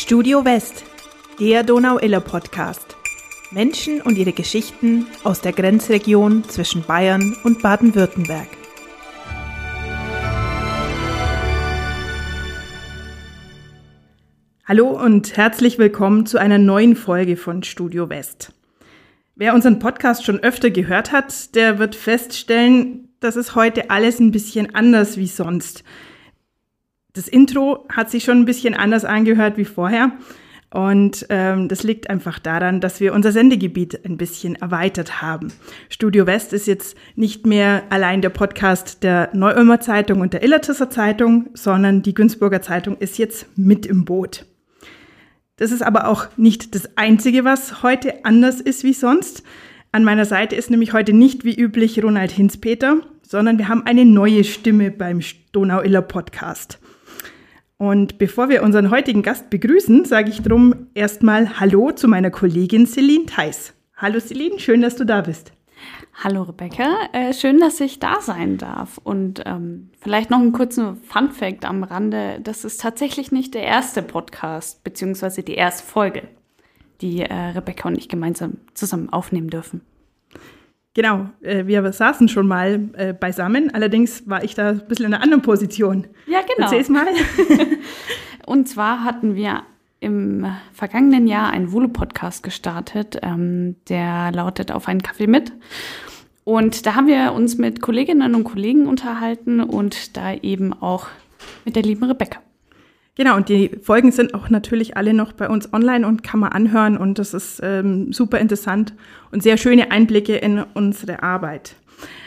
Studio West, der Donau-Iller-Podcast. Menschen und ihre Geschichten aus der Grenzregion zwischen Bayern und Baden-Württemberg. Hallo und herzlich willkommen zu einer neuen Folge von Studio West. Wer unseren Podcast schon öfter gehört hat, der wird feststellen, dass es heute alles ein bisschen anders wie sonst. Das Intro hat sich schon ein bisschen anders angehört wie vorher und das liegt einfach daran, dass wir unser Sendegebiet ein bisschen erweitert haben. Studio West ist jetzt nicht mehr allein der Podcast der Neu-Ulmer Zeitung und der Illertisser Zeitung, sondern die Günzburger Zeitung ist jetzt mit im Boot. Das ist aber auch nicht das Einzige, was heute anders ist wie sonst. An meiner Seite ist nämlich heute nicht wie üblich Ronald Hinzpeter, sondern wir haben eine neue Stimme beim Donau-Iller-Podcast. Und bevor wir unseren heutigen Gast begrüßen, sage ich drum erstmal Hallo zu meiner Kollegin Celine Theis. Hallo Celine, schön, dass du da bist. Hallo Rebecca, schön, dass ich da sein darf. Und vielleicht noch einen kurzen Funfact am Rande. Das ist tatsächlich nicht der erste Podcast, beziehungsweise die erste Folge, die Rebecca und ich gemeinsam zusammen aufnehmen dürfen. Genau, wir saßen schon mal beisammen, allerdings war ich da ein bisschen in einer anderen Position. Ja, genau. Erzähl's mal. Und zwar hatten wir im vergangenen Jahr einen Volo-Podcast gestartet, der lautet Auf einen Kaffee mit. Und da haben wir uns mit Kolleginnen und Kollegen unterhalten und da eben auch mit der lieben Rebecca. Genau, und die Folgen sind auch natürlich alle noch bei uns online und kann man anhören und das ist super interessant und sehr schöne Einblicke in unsere Arbeit.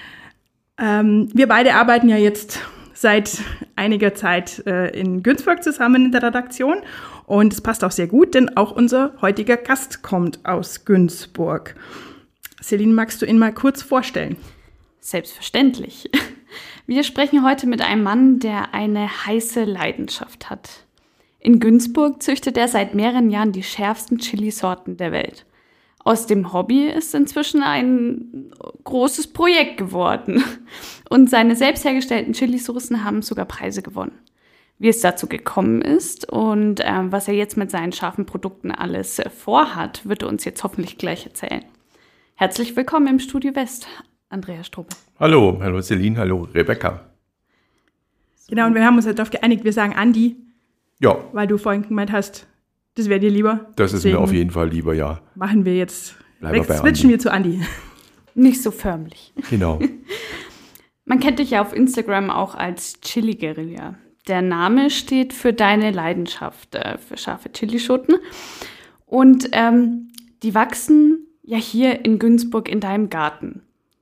Wir beide arbeiten ja jetzt seit einiger Zeit in Günzburg zusammen in der Redaktion und es passt auch sehr gut, denn auch unser heutiger Gast kommt aus Günzburg. Celine, magst du ihn mal kurz vorstellen? Selbstverständlich. Wir sprechen heute mit einem Mann, der eine heiße Leidenschaft hat. In Günzburg züchtet er seit mehreren Jahren die schärfsten Chilisorten der Welt. Aus dem Hobby ist inzwischen ein großes Projekt geworden. Und seine selbst hergestellten Chilisoßen haben sogar Preise gewonnen. Wie es dazu gekommen ist und was er jetzt mit seinen scharfen Produkten alles vorhat, wird er uns jetzt hoffentlich gleich erzählen. Herzlich willkommen im Studio West, Andreas Strube. Hallo Celine, hallo Rebecca. Genau, und wir haben uns darauf geeinigt, wir sagen Andi, ja, weil du vorhin gemeint hast, das wäre dir lieber. Das ist mir auf jeden Fall lieber, ja. Machen wir jetzt, switchen Andi. wir zu Andi. Nicht so förmlich. Genau. Man kennt dich ja auf Instagram auch als Chili-Guerilla. Der Name steht für deine Leidenschaft für scharfe Chilischoten. Und die wachsen ja hier in Günzburg in deinem Garten.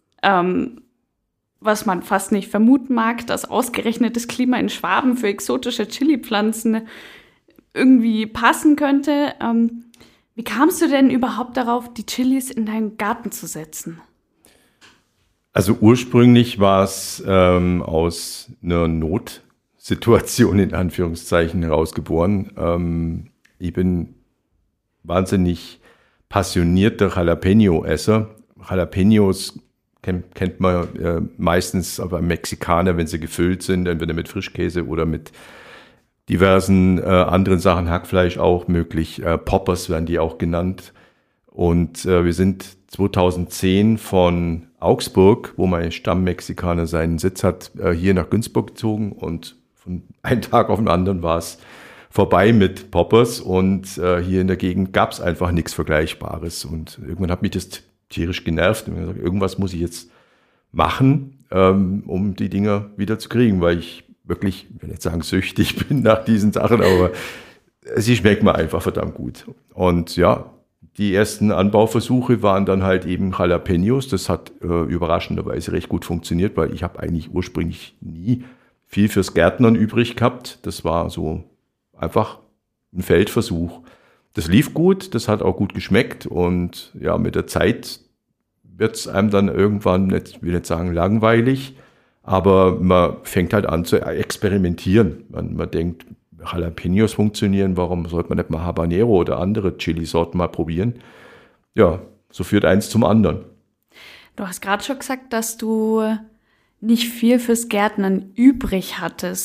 Was man fast nicht vermuten mag, dass ausgerechnet das Klima in Schwaben für exotische Chilipflanzen irgendwie passen könnte. Wie kamst du denn überhaupt darauf, die Chilis in deinen Garten zu setzen? Also ursprünglich war es aus einer Notsituation in Anführungszeichen herausgeboren. Ich bin wahnsinnig passionierter Jalapeno-Esser. Jalapenos kennt man meistens aber Mexikaner, wenn sie gefüllt sind, entweder mit Frischkäse oder mit diversen anderen Sachen, Hackfleisch auch möglich. Poppers werden die auch genannt. Und wir sind 2010 von Augsburg, wo mein Stammmexikaner seinen Sitz hat, hier nach Günzburg gezogen und von einem Tag auf den anderen war es vorbei mit Poppers und hier in der Gegend gab es einfach nichts Vergleichbares und irgendwann hat mich das tierisch genervt und ich habe gesagt, irgendwas muss ich jetzt machen, um die Dinger wieder zu kriegen, weil ich wirklich, ich will nicht sagen süchtig bin nach diesen Sachen, aber sie schmecken mir einfach verdammt gut. Und ja, die ersten Anbauversuche waren dann halt eben Jalapenos. Das hat überraschenderweise recht gut funktioniert, weil ich habe eigentlich ursprünglich nie viel fürs Gärtnern übrig gehabt. Das war so einfach ein Feldversuch. Das lief gut, das hat auch gut geschmeckt und ja, mit der Zeit wird es einem dann irgendwann, ich will nicht sagen langweilig, aber man fängt halt an zu experimentieren. Man denkt, Jalapenos funktionieren, warum sollte man nicht mal Habanero oder andere Chilisorten mal probieren? Ja, so führt eins zum anderen. Du hast gerade schon gesagt, dass du nicht viel fürs Gärtnern übrig hattest.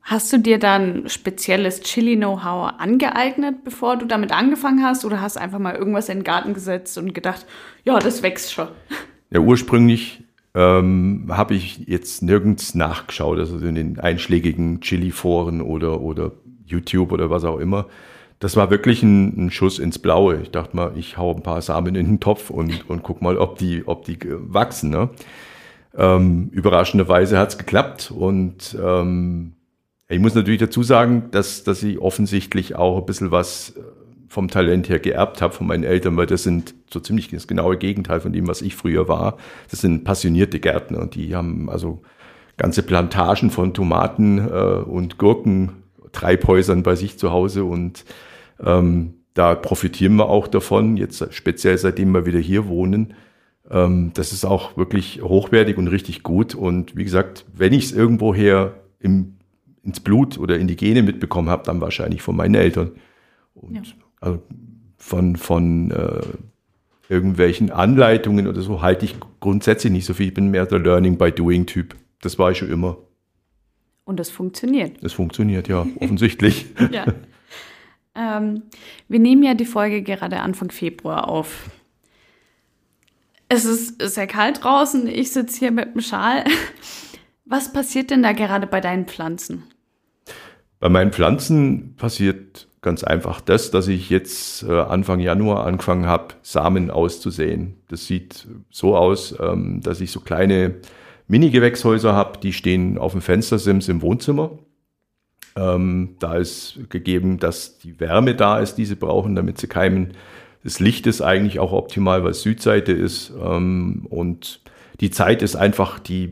Hast du dir dann spezielles Chili-Know-how angeeignet, bevor du damit angefangen hast? Oder hast du einfach mal irgendwas in den Garten gesetzt und gedacht, ja, das wächst schon? Ja, ursprünglich habe ich jetzt nirgends nachgeschaut, also in den einschlägigen Chili-Foren oder YouTube oder was auch immer. Das war wirklich ein Schuss ins Blaue. Ich dachte mal, ich hau ein paar Samen in den Topf und guck mal, ob die wachsen. Ne? Überraschenderweise hat es geklappt und ich muss natürlich dazu sagen, dass ich offensichtlich auch ein bisschen was vom Talent her geerbt habe von meinen Eltern, weil das sind so ziemlich das genaue Gegenteil von dem, was ich früher war. Das sind passionierte Gärtner und die haben also ganze Plantagen von Tomaten und Gurken, Treibhäusern bei sich zu Hause und da profitieren wir auch davon, jetzt speziell seitdem wir wieder hier wohnen. Das ist auch wirklich hochwertig und richtig gut und wie gesagt, wenn ich es irgendwoher ins Blut oder in die Gene mitbekommen habe, dann wahrscheinlich von meinen Eltern. Und also von irgendwelchen Anleitungen oder so halte ich grundsätzlich nicht so viel. Ich bin mehr der Learning-by-Doing-Typ. Das war ich schon immer. Und das funktioniert. Das funktioniert, ja, offensichtlich. Ja. Wir nehmen ja die Folge gerade Anfang Februar auf. Es ist sehr kalt draußen. Ich sitze hier mit dem Schal. Was passiert denn da gerade bei deinen Pflanzen? Bei meinen Pflanzen passiert ganz einfach das, dass ich jetzt Anfang Januar angefangen habe, Samen auszusäen. Das sieht so aus, dass ich so kleine Mini-Gewächshäuser habe, die stehen auf dem Fenstersims im Wohnzimmer. Da ist gegeben, dass die Wärme da ist, die sie brauchen, damit sie keimen. Das Licht ist eigentlich auch optimal, weil es Südseite ist. Und die Zeit ist einfach die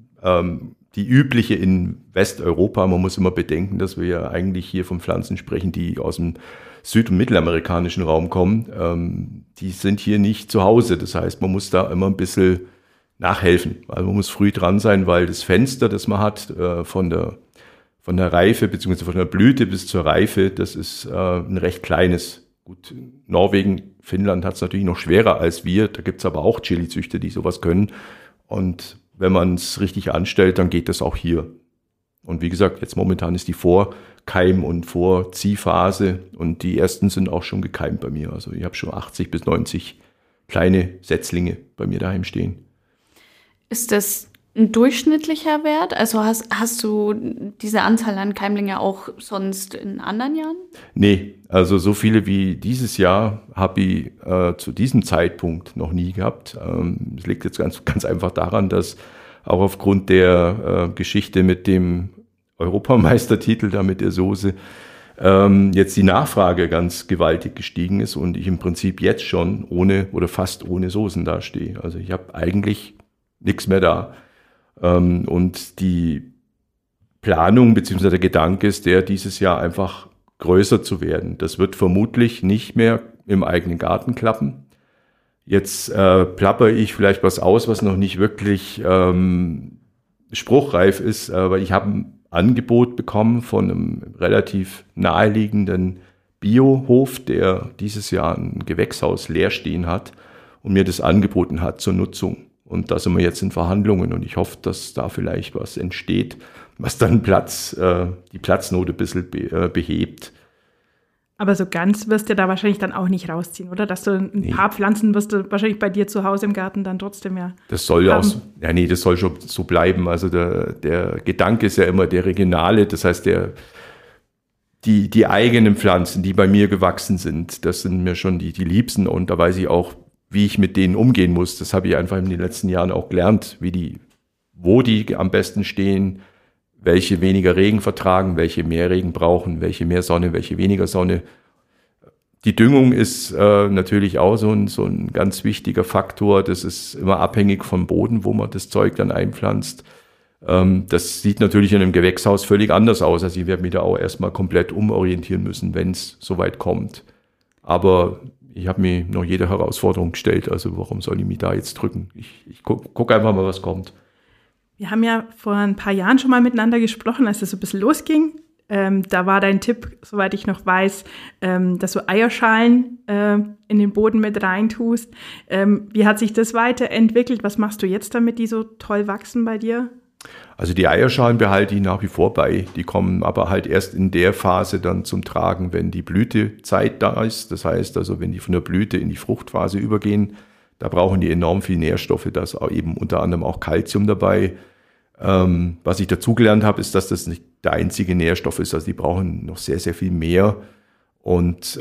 übliche in Westeuropa. Man muss immer bedenken, dass wir ja eigentlich hier von Pflanzen sprechen, die aus dem süd- und mittelamerikanischen Raum kommen. Die sind hier nicht zu Hause. Das heißt, man muss da immer ein bisschen nachhelfen. Also man muss früh dran sein, weil das Fenster, das man hat, von der Reife bzw. von der Blüte bis zur Reife, das ist ein recht kleines. Gut, Norwegen, Finnland hat es natürlich noch schwerer als wir. Da gibt es aber auch Chili-Züchter, die sowas können. Und wenn man es richtig anstellt, dann geht das auch hier. Und wie gesagt, jetzt momentan ist die Vorkeim- und Vorziehphase und die ersten sind auch schon gekeimt bei mir. Also ich habe schon 80 bis 90 kleine Setzlinge bei mir daheim stehen. Ist das ein durchschnittlicher Wert? Also hast du diese Anzahl an Keimlinge auch sonst in anderen Jahren? Nee, also so viele wie dieses Jahr habe ich zu diesem Zeitpunkt noch nie gehabt. Das liegt jetzt ganz einfach daran, dass auch aufgrund der Geschichte mit dem Europameistertitel, da mit der Soße, jetzt die Nachfrage ganz gewaltig gestiegen ist und ich im Prinzip jetzt schon ohne oder fast ohne Soßen dastehe. Also ich habe eigentlich nichts mehr da. Und die Planung bzw. der Gedanke ist der, dieses Jahr einfach größer zu werden. Das wird vermutlich nicht mehr im eigenen Garten klappen. Jetzt plapper ich vielleicht was aus, was noch nicht wirklich spruchreif ist, aber ich habe ein Angebot bekommen von einem relativ naheliegenden Biohof, der dieses Jahr ein Gewächshaus leer stehen hat und mir das angeboten hat zur Nutzung. Und da sind wir jetzt in Verhandlungen und ich hoffe, dass da vielleicht was entsteht, was dann die Platznot ein bisschen behebt. Aber so ganz wirst du da wahrscheinlich dann auch nicht rausziehen, oder? Dass du ein paar Pflanzen wirst du wahrscheinlich bei dir zu Hause im Garten dann trotzdem ja. Das soll ja auch, das soll schon so bleiben. Also der Gedanke ist ja immer der regionale, das heißt die eigenen Pflanzen, die bei mir gewachsen sind, das sind mir schon die liebsten und da weiß ich auch, wie ich mit denen umgehen muss. Das habe ich einfach in den letzten Jahren auch gelernt, wo die am besten stehen, welche weniger Regen vertragen, welche mehr Regen brauchen, welche mehr Sonne, welche weniger Sonne. Die Düngung ist natürlich auch so ein ganz wichtiger Faktor. Das ist immer abhängig vom Boden, wo man das Zeug dann einpflanzt. Das sieht natürlich in einem Gewächshaus völlig anders aus. Also ich werde mich da auch erstmal komplett umorientieren müssen, wenn es soweit kommt. Aber ich habe mir noch jede Herausforderung gestellt. Also warum soll ich mich da jetzt drücken? Ich guck einfach mal, was kommt. Wir haben ja vor ein paar Jahren schon mal miteinander gesprochen, als das so ein bisschen losging. Da war dein Tipp, soweit ich noch weiß, dass du Eierschalen in den Boden mit reintust. Wie hat sich das weiterentwickelt? Was machst du jetzt damit, die so toll wachsen bei dir? Also die Eierschalen behalte ich nach wie vor bei. Die kommen aber halt erst in der Phase dann zum Tragen, wenn die Blütezeit da ist. Das heißt also, wenn die von der Blüte in die Fruchtphase übergehen, da brauchen die enorm viel Nährstoffe. Da ist auch eben unter anderem auch Kalzium dabei. Was ich dazugelernt habe, ist, dass das nicht der einzige Nährstoff ist. Also die brauchen noch sehr, sehr viel mehr. Und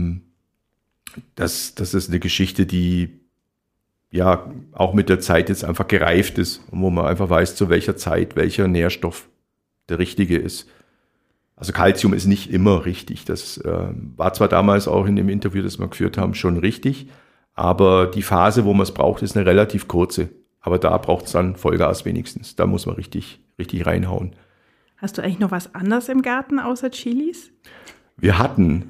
das ist eine Geschichte, die ja auch mit der Zeit jetzt einfach gereift ist und wo man einfach weiß, zu welcher Zeit welcher Nährstoff der richtige ist. Also Kalzium ist nicht immer richtig. Das war zwar damals auch in dem Interview, das wir geführt haben, schon richtig, aber die Phase, wo man es braucht, ist eine relativ kurze. Aber da braucht es dann Vollgas wenigstens. Da muss man richtig reinhauen. Hast du eigentlich noch was anderes im Garten außer Chilis? Wir hatten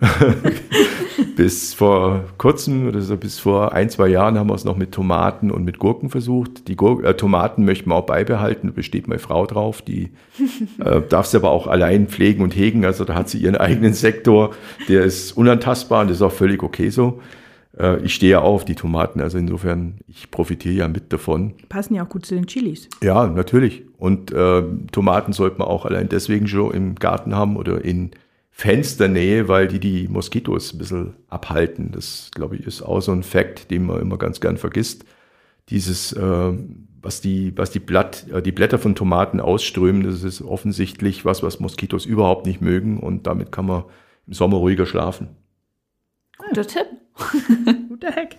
bis vor kurzem, oder so bis vor 1-2 Jahren haben wir es noch mit Tomaten und mit Gurken versucht. Die Tomaten möchten wir auch beibehalten, da besteht meine Frau drauf. Die darf sie aber auch allein pflegen und hegen. Also da hat sie ihren eigenen Sektor, der ist unantastbar und das ist auch völlig okay so. Ich stehe ja auch auf die Tomaten, also insofern, ich profitiere ja mit davon. Passen ja auch gut zu den Chilis. Ja, natürlich. Und Tomaten sollte man auch allein deswegen schon im Garten haben oder in Fensternähe, weil die Moskitos ein bisschen abhalten. Das, glaube ich, ist auch so ein Fakt, den man immer ganz gern vergisst. Dieses, was die Blätter von Tomaten ausströmen, das ist offensichtlich was Moskitos überhaupt nicht mögen und damit kann man im Sommer ruhiger schlafen. Guter Tipp. Guter Hack.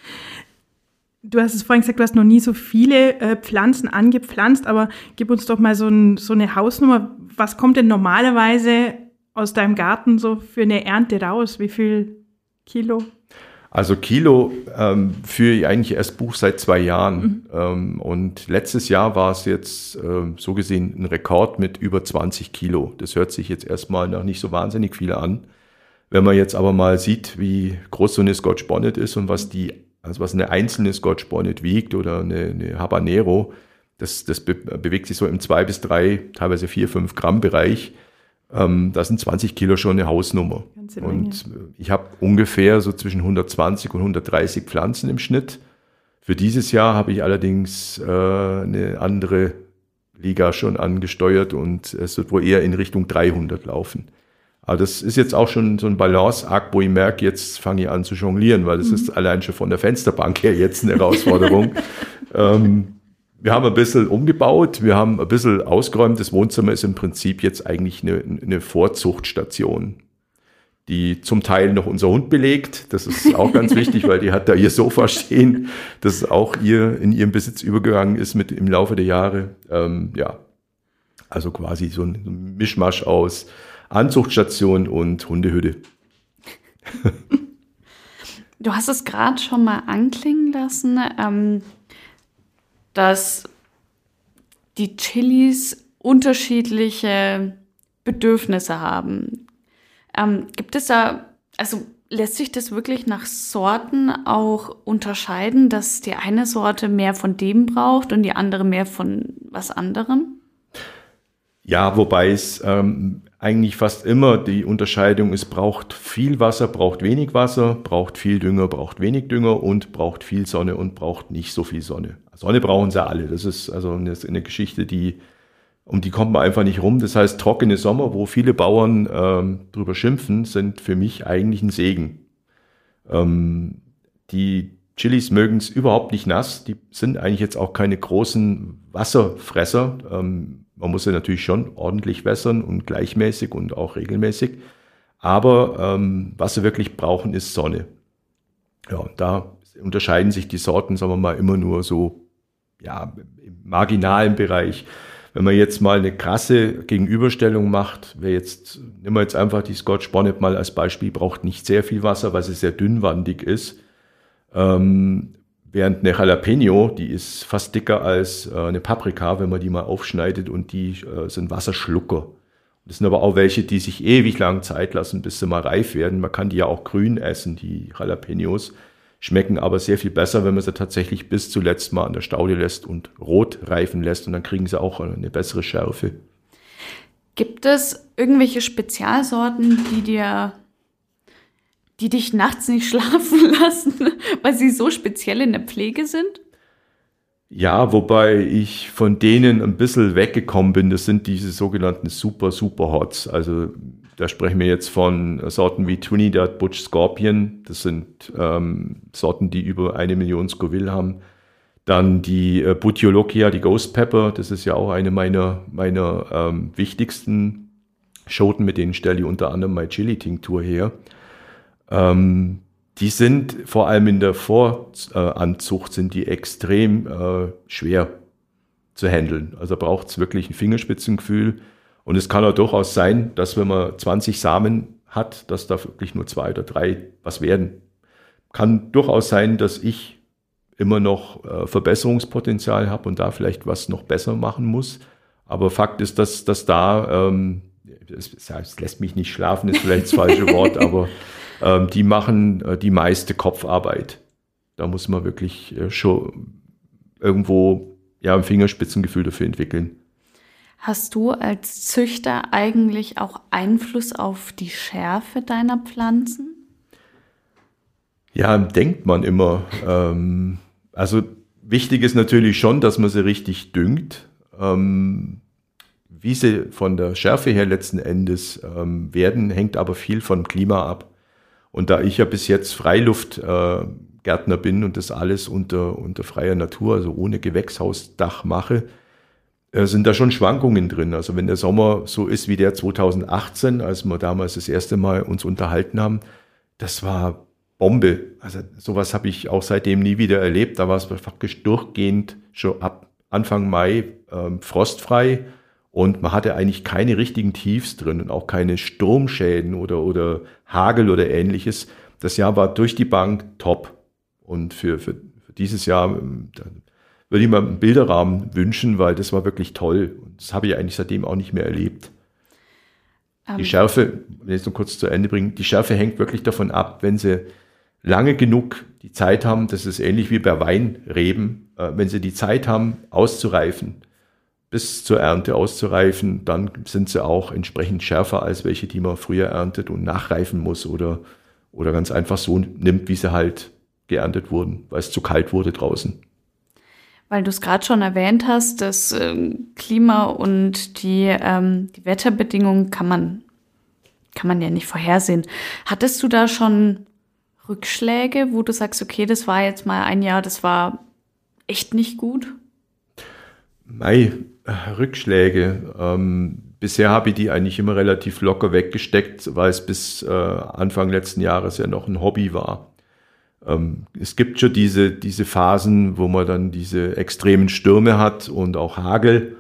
Du hast es vorhin gesagt, du hast noch nie so viele Pflanzen angepflanzt, aber gib uns doch mal so eine Hausnummer. Was kommt denn normalerweise aus deinem Garten so für eine Ernte raus? Wie viel Kilo? Also Kilo führe ich eigentlich erst Buch seit 2 Jahren. Und letztes Jahr war es jetzt so gesehen ein Rekord mit über 20 Kilo. Das hört sich jetzt erstmal nach nicht so wahnsinnig viel an. Wenn man jetzt aber mal sieht, wie groß so eine Scotch Bonnet ist und was eine einzelne Scotch Bonnet wiegt oder eine Habanero, das bewegt sich so im 2 bis 3, teilweise 4, 5 Gramm Bereich. Da sind 20 Kilo schon eine Hausnummer. Und ich habe ungefähr so zwischen 120 und 130 Pflanzen im Schnitt. Für dieses Jahr habe ich allerdings eine andere Liga schon angesteuert und es wird wohl eher in Richtung 300 laufen. Aber das ist jetzt auch schon so ein Balanceakt, wo ich merke, jetzt fange ich an zu jonglieren, weil das ist allein schon von der Fensterbank her jetzt eine Herausforderung. Wir haben ein bisschen umgebaut, wir haben ein bisschen ausgeräumt. Das Wohnzimmer ist im Prinzip jetzt eigentlich eine Vorzuchtstation, die zum Teil noch unser Hund belegt. Das ist auch ganz wichtig, weil die hat da ihr Sofa stehen, das auch in ihrem Besitz übergegangen ist im Laufe der Jahre. Also quasi so ein Mischmasch aus Anzuchtstation und Hundehütte. Du hast es gerade schon mal anklingen lassen, dass die Chilis unterschiedliche Bedürfnisse haben. Gibt es da, also lässt sich das wirklich nach Sorten auch unterscheiden, dass die eine Sorte mehr von dem braucht und die andere mehr von was anderem? Ja, wobei es eigentlich fast immer die Unterscheidung ist, braucht viel Wasser, braucht wenig Wasser, braucht viel Dünger, braucht wenig Dünger und braucht viel Sonne und braucht nicht so viel Sonne. Sonne brauchen sie alle. Das ist also eine Geschichte, um die kommt man einfach nicht rum. Das heißt, trockene Sommer, wo viele Bauern drüber schimpfen, sind für mich eigentlich ein Segen. Die Chilis mögen es überhaupt nicht nass. Die sind eigentlich jetzt auch keine großen Wasserfresser. Man muss sie natürlich schon ordentlich wässern und gleichmäßig und auch regelmäßig. Aber was sie wirklich brauchen, ist Sonne. Ja, und da unterscheiden sich die Sorten, sagen wir mal, immer nur so im marginalen Bereich. Wenn man jetzt mal eine krasse Gegenüberstellung macht, nehmen wir jetzt einfach die Scotch Bonnet mal als Beispiel, braucht nicht sehr viel Wasser, weil sie sehr dünnwandig ist. Während eine Jalapeno, die ist fast dicker als eine Paprika, wenn man die mal aufschneidet und die sind Wasserschlucker. Das sind aber auch welche, die sich ewig lang Zeit lassen, bis sie mal reif werden. Man kann die ja auch grün essen, die Jalapenos, schmecken aber sehr viel besser, wenn man sie tatsächlich bis zuletzt mal an der Staude lässt und rot reifen lässt und dann kriegen sie auch eine bessere Schärfe. Gibt es irgendwelche Spezialsorten, die dich nachts nicht schlafen lassen, weil sie so speziell in der Pflege sind? Ja, wobei ich von denen ein bisschen weggekommen bin. Das sind diese sogenannten Super Hots. Also da sprechen wir jetzt von Sorten wie Trinidad Butch Scorpion. Das sind Sorten, die über 1 Million Scoville haben. Dann die Butiolochia, die Ghost Pepper. Das ist ja auch eine meiner wichtigsten Schoten, mit denen stelle ich unter anderem meine Chili-Tinktur her. Die sind vor allem in der Voranzucht sind die extrem schwer zu handeln. Also braucht es wirklich ein Fingerspitzengefühl. Und es kann auch durchaus sein, dass wenn man 20 Samen hat, dass da wirklich nur 2 oder 3 was werden. Kann durchaus sein, dass ich immer noch Verbesserungspotenzial habe und da vielleicht was noch besser machen muss. Aber Fakt ist, dass da, es lässt mich nicht schlafen, ist vielleicht das falsche Wort, aber die machen die meiste Kopfarbeit. Da muss man wirklich schon irgendwo ein Fingerspitzengefühl dafür entwickeln. Hast du als Züchter eigentlich auch Einfluss auf die Schärfe deiner Pflanzen? Ja, denkt man immer. Also wichtig ist natürlich schon, dass man sie richtig düngt. Wie sie von der Schärfe her letzten Endes werden, hängt aber viel vom Klima ab. Und da ich ja bis jetzt Freiluftgärtner bin und das alles unter freier Natur, also ohne Gewächshausdach mache, sind da schon Schwankungen drin. Also wenn der Sommer so ist wie der 2018, als wir damals das erste Mal uns unterhalten haben, das war Bombe. Also sowas habe ich auch seitdem nie wieder erlebt. Da war es faktisch durchgehend schon ab Anfang Mai frostfrei. Und man hatte eigentlich keine richtigen Tiefs drin und auch keine Sturmschäden oder Hagel oder ähnliches. Das Jahr war durch die Bank top. Und für dieses Jahr würde ich mir einen Bilderrahmen wünschen, weil das war wirklich toll. Und das habe ich eigentlich seitdem auch nicht mehr erlebt. Die Schärfe, wenn ich es noch kurz zu Ende bringe, die Schärfe hängt wirklich davon ab, wenn sie lange genug die Zeit haben, das ist ähnlich wie bei Weinreben, wenn sie die Zeit haben, auszureifen, bis zur Ernte auszureifen, dann sind sie auch entsprechend schärfer als welche, die man früher erntet und nachreifen muss oder ganz einfach so nimmt, wie sie halt geerntet wurden, weil es zu kalt wurde draußen. Weil du es gerade schon erwähnt hast, das Klima und die Wetterbedingungen kann man ja nicht vorhersehen. Hattest du da schon Rückschläge, wo du sagst, okay, das war jetzt mal ein Jahr, das war echt nicht gut? Rückschläge. Bisher habe ich die eigentlich immer relativ locker weggesteckt, weil es bis Anfang letzten Jahres ja noch ein Hobby war. Es gibt schon diese Phasen, wo man dann diese extremen Stürme hat und auch Hagel,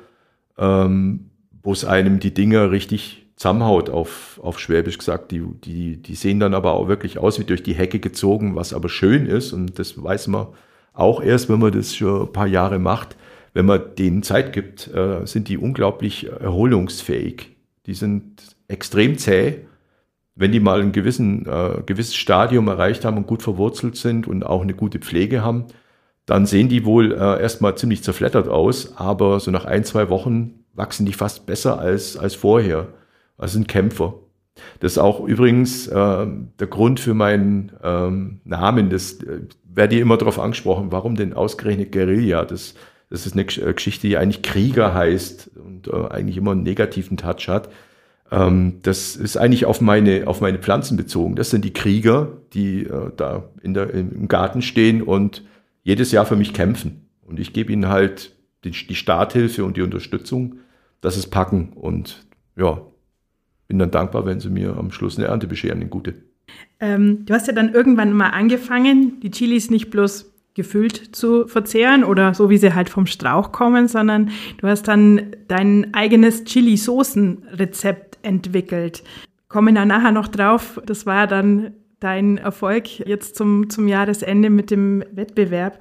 wo es einem die Dinger richtig zusammenhaut, auf Schwäbisch gesagt. Die sehen dann aber auch wirklich aus wie durch die Hecke gezogen, was aber schön ist. Und das weiß man auch erst, wenn man das schon ein paar Jahre macht. Wenn man denen Zeit gibt, sind die unglaublich erholungsfähig. Die sind extrem zäh. Wenn die mal ein gewisses Stadium erreicht haben und gut verwurzelt sind und auch eine gute Pflege haben, dann sehen die wohl erstmal ziemlich zerfleddert aus, aber so nach 1-2 Wochen wachsen die fast besser als vorher. Das sind Kämpfer. Das ist auch übrigens der Grund für meinen Namen. Das werde ich immer darauf angesprochen, warum denn ausgerechnet Guerilla? Das ist eine Geschichte, die eigentlich Krieger heißt und eigentlich immer einen negativen Touch hat. Das ist eigentlich auf meine Pflanzen bezogen. Das sind die Krieger, die da im Garten stehen und jedes Jahr für mich kämpfen. Und ich gebe ihnen halt die Starthilfe und die Unterstützung, dass sie es packen. Und ja, bin dann dankbar, wenn sie mir am Schluss eine Ernte bescheren, eine gute. Du hast ja dann irgendwann mal angefangen, die Chilis nicht bloß gefüllt zu verzehren oder so, wie sie halt vom Strauch kommen, sondern du hast dann dein eigenes Chili-Soßen-Rezept entwickelt. Kommen da nachher noch drauf. Das war dann dein Erfolg jetzt zum Jahresende mit dem Wettbewerb.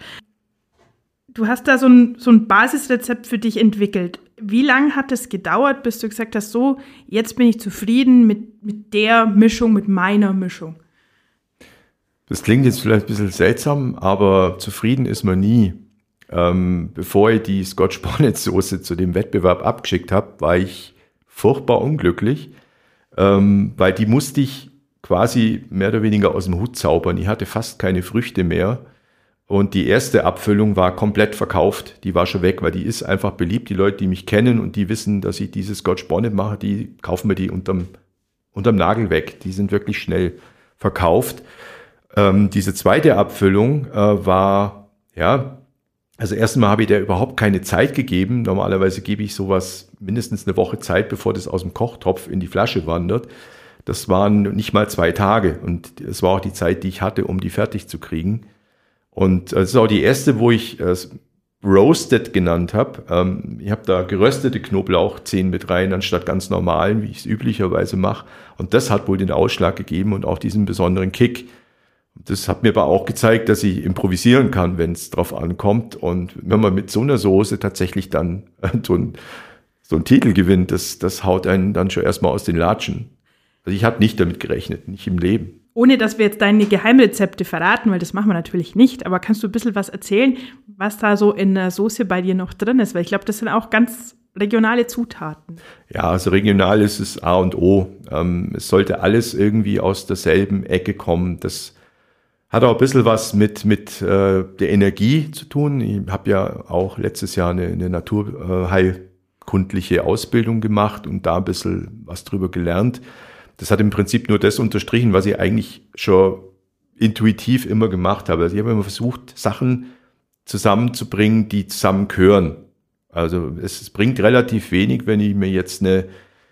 Du hast da so ein Basisrezept für dich entwickelt. Wie lange hat es gedauert, bis du gesagt hast, so, jetzt bin ich zufrieden mit der Mischung, mit meiner Mischung? Das klingt jetzt vielleicht ein bisschen seltsam, aber zufrieden ist man nie. Bevor ich die Scotch Bonnet Soße zu dem Wettbewerb abgeschickt habe, war ich furchtbar unglücklich, weil die musste ich quasi mehr oder weniger aus dem Hut zaubern. Ich hatte fast keine Früchte mehr Und die erste Abfüllung war komplett verkauft. Die war schon weg, weil die ist einfach beliebt. Die Leute, die mich kennen und die wissen, dass ich diese Scotch Bonnet mache, die kaufen mir die unterm Nagel weg. Die sind wirklich schnell verkauft. Diese zweite Abfüllung war, also erstmal habe ich der überhaupt keine Zeit gegeben. Normalerweise gebe ich sowas mindestens eine Woche Zeit, bevor das aus dem Kochtopf in die Flasche wandert. Das waren nicht mal 2 Tage und es war auch die Zeit, die ich hatte, um die fertig zu kriegen. Und das ist auch die erste, wo ich Roasted genannt habe. Ich habe da geröstete Knoblauchzehen mit rein, anstatt ganz normalen, wie ich es üblicherweise mache. Und das hat wohl den Ausschlag gegeben und auch diesen besonderen Kick. Das hat mir aber auch gezeigt, dass ich improvisieren kann, wenn es drauf ankommt. Und wenn man mit so einer Soße tatsächlich dann so einen Titel gewinnt, das haut einen dann schon erstmal aus den Latschen. Also ich habe nicht damit gerechnet, nicht im Leben. Ohne dass wir jetzt deine Geheimrezepte verraten, weil das machen wir natürlich nicht, aber kannst du ein bisschen was erzählen, was da so in der Soße bei dir noch drin ist? Weil ich glaube, das sind auch ganz regionale Zutaten. Ja, also regional ist es A und O. Es sollte alles irgendwie aus derselben Ecke kommen. Das hat auch ein bisschen was mit der Energie zu tun. Ich habe ja auch letztes Jahr eine naturheilkundliche Ausbildung gemacht und da ein bisschen was drüber gelernt. Das hat im Prinzip nur das unterstrichen, was ich eigentlich schon intuitiv immer gemacht habe. Also ich habe immer versucht, Sachen zusammenzubringen, die zusammengehören. Also es bringt relativ wenig, wenn ich mir jetzt eine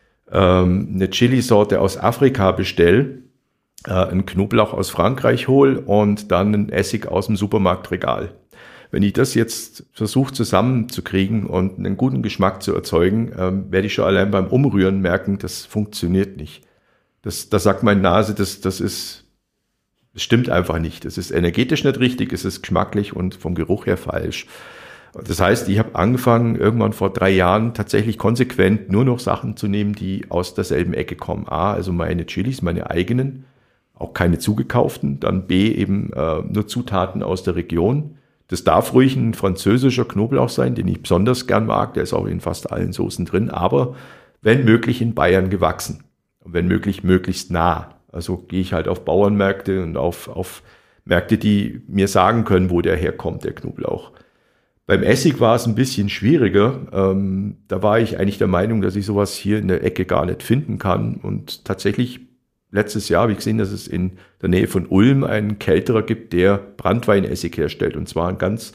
Chili-Sorte aus Afrika bestelle, einen Knoblauch aus Frankreich hole und dann einen Essig aus dem Supermarktregal. Wenn ich das jetzt versuche zusammenzukriegen und einen guten Geschmack zu erzeugen, werde ich schon allein beim Umrühren merken, das funktioniert nicht. Das sagt meine Nase, das stimmt einfach nicht. Das ist energetisch nicht richtig, es ist geschmacklich und vom Geruch her falsch. Das heißt, ich habe angefangen, irgendwann vor 3 Jahren tatsächlich konsequent nur noch Sachen zu nehmen, die aus derselben Ecke kommen. A, also meine Chilis, meine eigenen, auch keine zugekauften. Dann B, eben nur Zutaten aus der Region. Das darf ruhig ein französischer Knoblauch sein, den ich besonders gern mag. Der ist auch in fast allen Soßen drin, aber wenn möglich in Bayern gewachsen. Und wenn möglich, möglichst nah. Also gehe ich halt auf Bauernmärkte und auf Märkte, die mir sagen können, wo der herkommt, der Knoblauch. Beim Essig war es ein bisschen schwieriger. Da war ich eigentlich der Meinung, dass ich sowas hier in der Ecke gar nicht finden kann. Und tatsächlich letztes Jahr habe ich gesehen, dass es in der Nähe von Ulm einen Kelterer gibt, der Branntweinessig herstellt. Und zwar einen ganz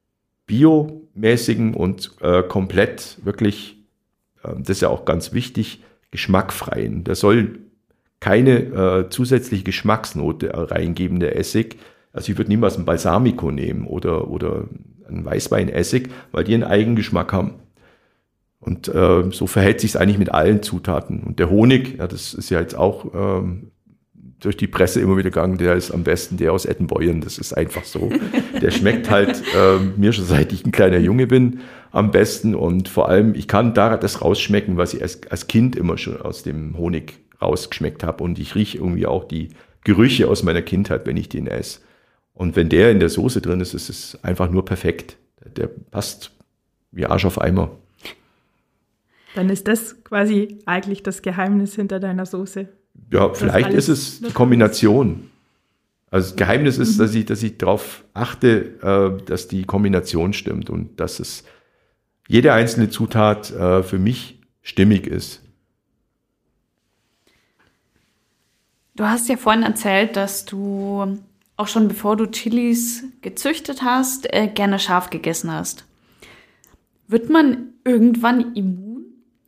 biomäßigen und komplett wirklich, das ist ja auch ganz wichtig, geschmackfreien. Da soll keine zusätzliche Geschmacksnote reingeben, der Essig. Also ich würde niemals einen Balsamico nehmen oder einen Weißweinessig, weil die einen Eigengeschmack haben. Und so verhält sich es eigentlich mit allen Zutaten. Und der Honig, ja, das ist ja jetzt auch durch die Presse immer wieder gegangen, der ist am besten der aus Ettenbeuern. Das ist einfach so. Der schmeckt halt mir schon seit ich ein kleiner Junge bin am besten. Und vor allem, ich kann da das rausschmecken, was ich als Kind immer schon aus dem Honig rausgeschmeckt habe. Und ich rieche irgendwie auch die Gerüche aus meiner Kindheit, wenn ich den esse. Und wenn der in der Soße drin ist, ist es einfach nur perfekt. Der passt wie Arsch auf Eimer. Dann ist das quasi eigentlich das Geheimnis hinter deiner Soße. Ja, vielleicht ist es die Kombination. Also das Geheimnis ist, dass ich darauf achte, dass die Kombination stimmt und dass es jede einzelne Zutat für mich stimmig ist. Du hast ja vorhin erzählt, dass du auch schon bevor du Chilis gezüchtet hast, gerne scharf gegessen hast. Wird man irgendwann immun?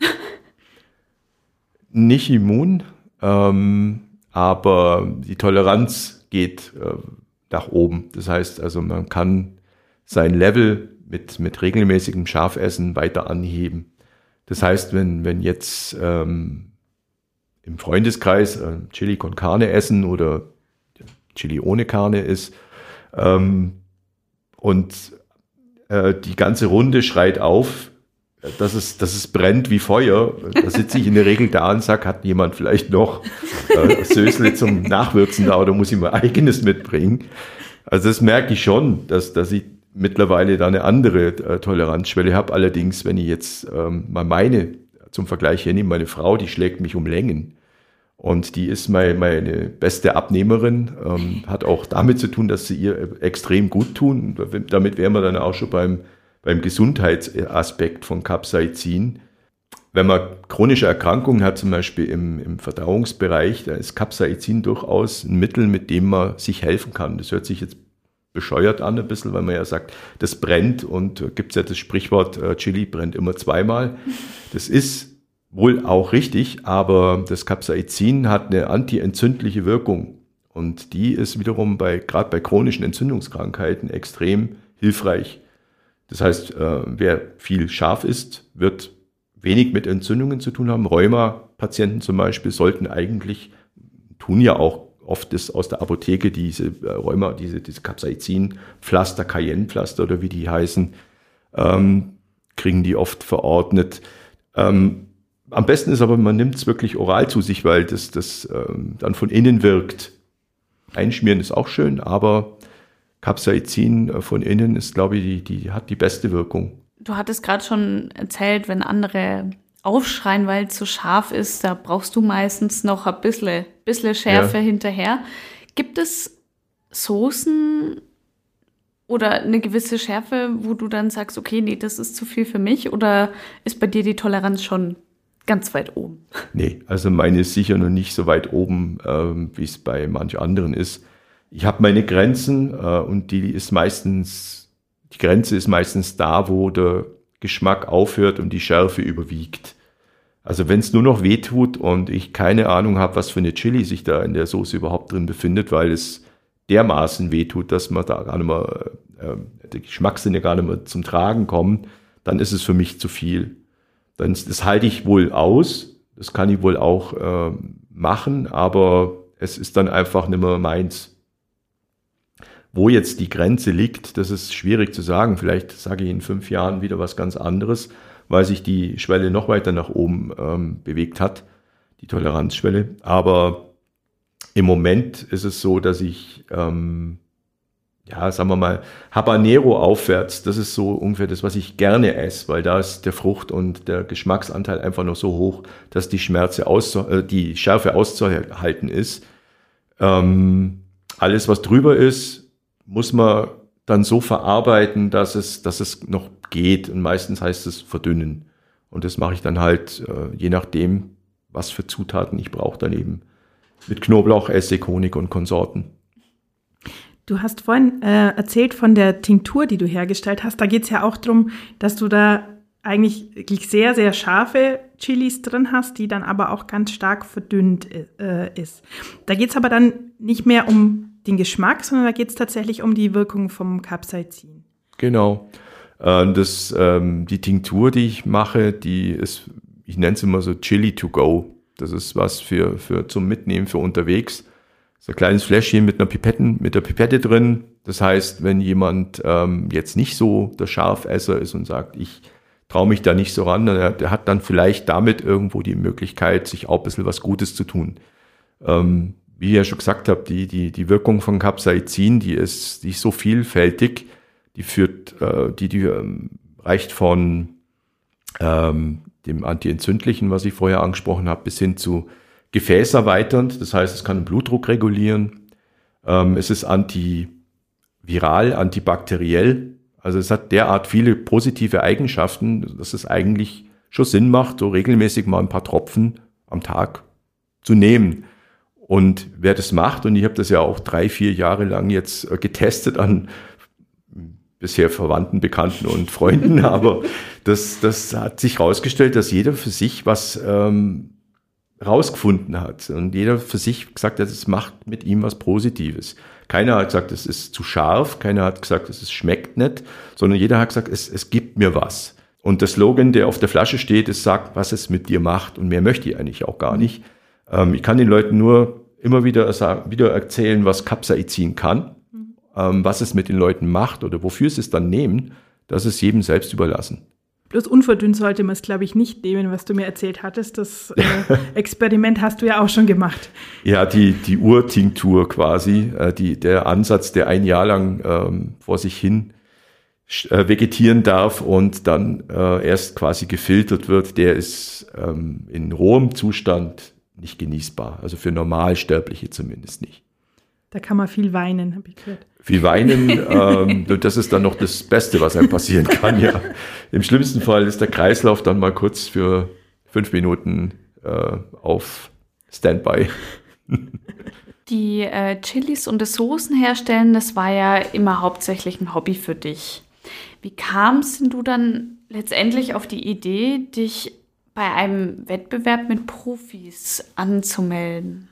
Nicht immun, aber die Toleranz geht nach oben. Das heißt also, man kann sein Level mit regelmäßigem Scharfessen weiter anheben. Das heißt, wenn jetzt im Freundeskreis Chili con Carne essen oder Chili ohne Carne ist und die ganze Runde schreit auf, dass es brennt wie Feuer. Da sitze ich in der Regel da und sage, hat jemand vielleicht noch Sösle zum Nachwürzen da oder muss ich mein eigenes mitbringen? Also das merke ich schon, dass ich mittlerweile da eine andere Toleranzschwelle habe. Allerdings, wenn ich jetzt mal meine zum Vergleich hernehme, meine Frau, die schlägt mich um Längen. Und die ist meine beste Abnehmerin, hat auch damit zu tun, dass sie ihr extrem gut tun. Damit wären wir dann auch schon beim Gesundheitsaspekt von Capsaicin. Wenn man chronische Erkrankungen hat, zum Beispiel im Verdauungsbereich, da ist Capsaicin durchaus ein Mittel, mit dem man sich helfen kann. Das hört sich jetzt bescheuert an ein bisschen, weil man ja sagt, das brennt und gibt es ja das Sprichwort, Chili brennt immer zweimal. Das ist wohl auch richtig, aber das Capsaicin hat eine antientzündliche Wirkung und die ist wiederum gerade bei chronischen Entzündungskrankheiten extrem hilfreich. Das heißt, wer viel scharf isst, wird wenig mit Entzündungen zu tun haben. Rheuma-Patienten zum Beispiel sollten eigentlich, tun ja auch oft das aus der Apotheke, diese Capsaicin-Pflaster, Cayenne-Pflaster oder wie die heißen, kriegen die oft verordnet. Am besten ist aber, man nimmt es wirklich oral zu sich, weil das dann von innen wirkt. Einschmieren ist auch schön, aber Capsaicin von innen ist, glaube ich, die hat die beste Wirkung. Du hattest gerade schon erzählt, wenn andere aufschreien, weil es zu scharf ist, da brauchst du meistens noch ein bisschen Schärfe hinterher. Gibt es Soßen oder eine gewisse Schärfe, wo du dann sagst, okay, nee, das ist zu viel für mich? Oder ist bei dir die Toleranz schon ganz weit oben? Nee, also meine ist sicher noch nicht so weit oben, wie es bei manch anderen ist. Ich habe meine Grenzen und die Grenze ist meistens da, wo der Geschmack aufhört und die Schärfe überwiegt. Also wenn es nur noch wehtut und ich keine Ahnung habe, was für eine Chili sich da in der Soße überhaupt drin befindet, weil es dermaßen wehtut, dass man da gar nicht mehr, die Geschmackssinne gar nicht mehr zum Tragen kommen, dann ist es für mich zu viel. Das halte ich wohl aus, das kann ich wohl auch machen, aber es ist dann einfach nicht mehr meins. Wo jetzt die Grenze liegt, das ist schwierig zu sagen. Vielleicht sage ich in 5 Jahren wieder was ganz anderes, weil sich die Schwelle noch weiter nach oben bewegt hat, die Toleranzschwelle. Aber im Moment ist es so, dass ich, sagen wir mal, Habanero aufwärts, das ist so ungefähr das, was ich gerne esse, weil da ist der Frucht- und der Geschmacksanteil einfach noch so hoch, dass die Schärfe auszuhalten ist. Alles, was drüber ist, muss man dann so verarbeiten, dass es noch geht. Und meistens heißt es verdünnen. Und das mache ich dann halt, je nachdem, was für Zutaten ich brauche, daneben. Mit Knoblauch, Essig, Honig und Konsorten. Du hast vorhin erzählt von der Tinktur, die du hergestellt hast. Da geht es ja auch darum, dass du da eigentlich wirklich sehr, sehr scharfe Chilis drin hast, die dann aber auch ganz stark verdünnt ist. Da geht es aber dann nicht mehr um den Geschmack, sondern da geht es tatsächlich um die Wirkung vom Capsaicin. Genau. Die Tinktur, die ich mache, die ist, ich nenne es immer so Chili to go. Das ist was für zum Mitnehmen für unterwegs. So ein kleines Fläschchen mit der Pipette drin. Das heißt, wenn jemand jetzt nicht so der Scharfesser ist und sagt, ich traue mich da nicht so ran, der hat dann vielleicht damit irgendwo die Möglichkeit, sich auch ein bisschen was Gutes zu tun. Wie ich ja schon gesagt habe, die Wirkung von Capsaicin, die ist so vielfältig, die reicht von dem Antientzündlichen, was ich vorher angesprochen habe, bis hin zu gefäßerweiternd. Das heißt, es kann den Blutdruck regulieren. Es ist antiviral, antibakteriell. Also es hat derart viele positive Eigenschaften, dass es eigentlich schon Sinn macht, so regelmäßig mal ein paar Tropfen am Tag zu nehmen. Und wer das macht, und ich habe das ja auch 3-4 Jahre lang jetzt getestet an bisher Verwandten, Bekannten und Freunden, aber das hat sich herausgestellt, dass jeder für sich was rausgefunden hat und jeder für sich gesagt hat, es macht mit ihm was Positives. Keiner hat gesagt, es ist zu scharf, keiner hat gesagt, es schmeckt nicht, sondern jeder hat gesagt, es gibt mir was. Und der Slogan, der auf der Flasche steht, ist, sagt, was es mit dir macht, und mehr möchte ich eigentlich auch gar nicht. Ich kann den Leuten nur immer wieder erzählen, was Capsaicin kann, was es mit den Leuten macht oder wofür sie es dann nehmen. Das ist jedem selbst überlassen. Bloß unverdünnt sollte man es, glaube ich, nicht nehmen, was du mir erzählt hattest. Das Experiment hast du ja auch schon gemacht. Ja, die Urtinktur quasi, der Ansatz, der 1 Jahr lang vor sich hin vegetieren darf und dann erst quasi gefiltert wird, der ist in rohem Zustand nicht genießbar. Also für Normalsterbliche zumindest nicht. Da kann man viel weinen, habe ich gehört. Viel weinen, das ist dann noch das Beste, was einem passieren kann, ja. Im schlimmsten Fall ist der Kreislauf dann mal kurz für 5 Minuten auf Standby. Die Chilis und das Soßen herstellen, das war ja immer hauptsächlich ein Hobby für dich. Wie kamst denn du dann letztendlich auf die Idee, dich bei einem Wettbewerb mit Profis anzumelden?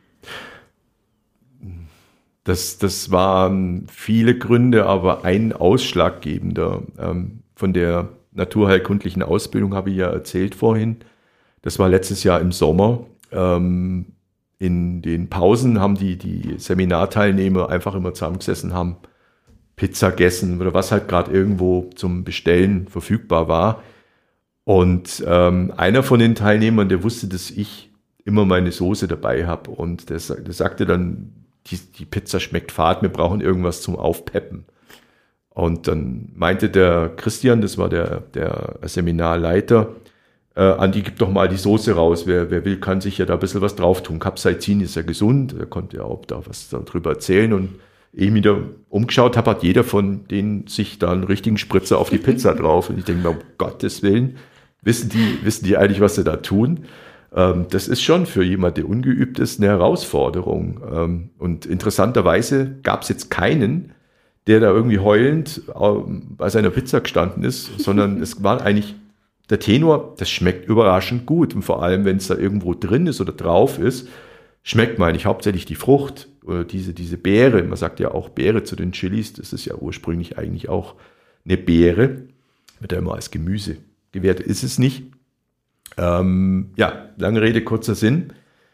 Das waren viele Gründe, aber ein ausschlaggebender. Von der naturheilkundlichen Ausbildung habe ich ja erzählt vorhin. Das war letztes Jahr im Sommer. In den Pausen haben die Seminarteilnehmer einfach immer zusammengesessen, haben Pizza gegessen oder was halt gerade irgendwo zum Bestellen verfügbar war. Und einer von den Teilnehmern, der wusste, dass ich immer meine Soße dabei habe. Und der sagte dann, die Pizza schmeckt fad, wir brauchen irgendwas zum Aufpeppen. Und dann meinte der Christian, das war der Seminarleiter, Andi, gib doch mal die Soße raus. Wer will, kann sich ja da ein bisschen was drauf tun. Capsaicin ist ja gesund, er konnte ja auch da was darüber erzählen. Und ehe ich mich da umgeschaut habe, hat jeder von denen sich da einen richtigen Spritzer auf die Pizza drauf. Und ich denke mir, um Gottes Willen, wissen die eigentlich, was sie da tun? Das ist schon für jemand, der ungeübt ist, eine Herausforderung. Und interessanterweise gab es jetzt keinen, der da irgendwie heulend bei seiner Pizza gestanden ist, sondern es war eigentlich der Tenor, das schmeckt überraschend gut. Und vor allem, wenn es da irgendwo drin ist oder drauf ist, schmeckt man eigentlich hauptsächlich die Frucht oder diese Beere. Man sagt ja auch Beere zu den Chilis, das ist ja ursprünglich eigentlich auch eine Beere, wird ja immer als Gemüse gewertet, ist es nicht. Lange Rede, kurzer Sinn.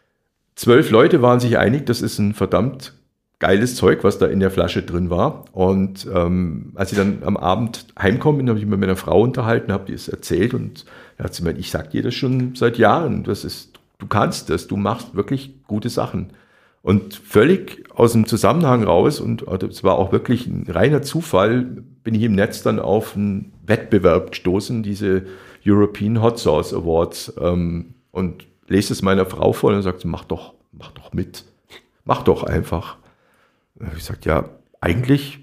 12 Leute waren sich einig, das ist ein verdammt geiles Zeug, was da in der Flasche drin war. Und als ich dann am Abend heimgekommen bin, habe ich mich mit meiner Frau unterhalten, habe ihr es erzählt und da hat sie gemeint, ich sag dir das schon seit Jahren, du kannst das, du machst wirklich gute Sachen. Und völlig aus dem Zusammenhang raus, und es war auch wirklich ein reiner Zufall, bin ich im Netz dann auf einen Wettbewerb gestoßen, diese European Hot Sauce Awards, und lese es meiner Frau vor und dann sagt sie, mach doch mit, mach doch einfach. Ich sagte, ja, eigentlich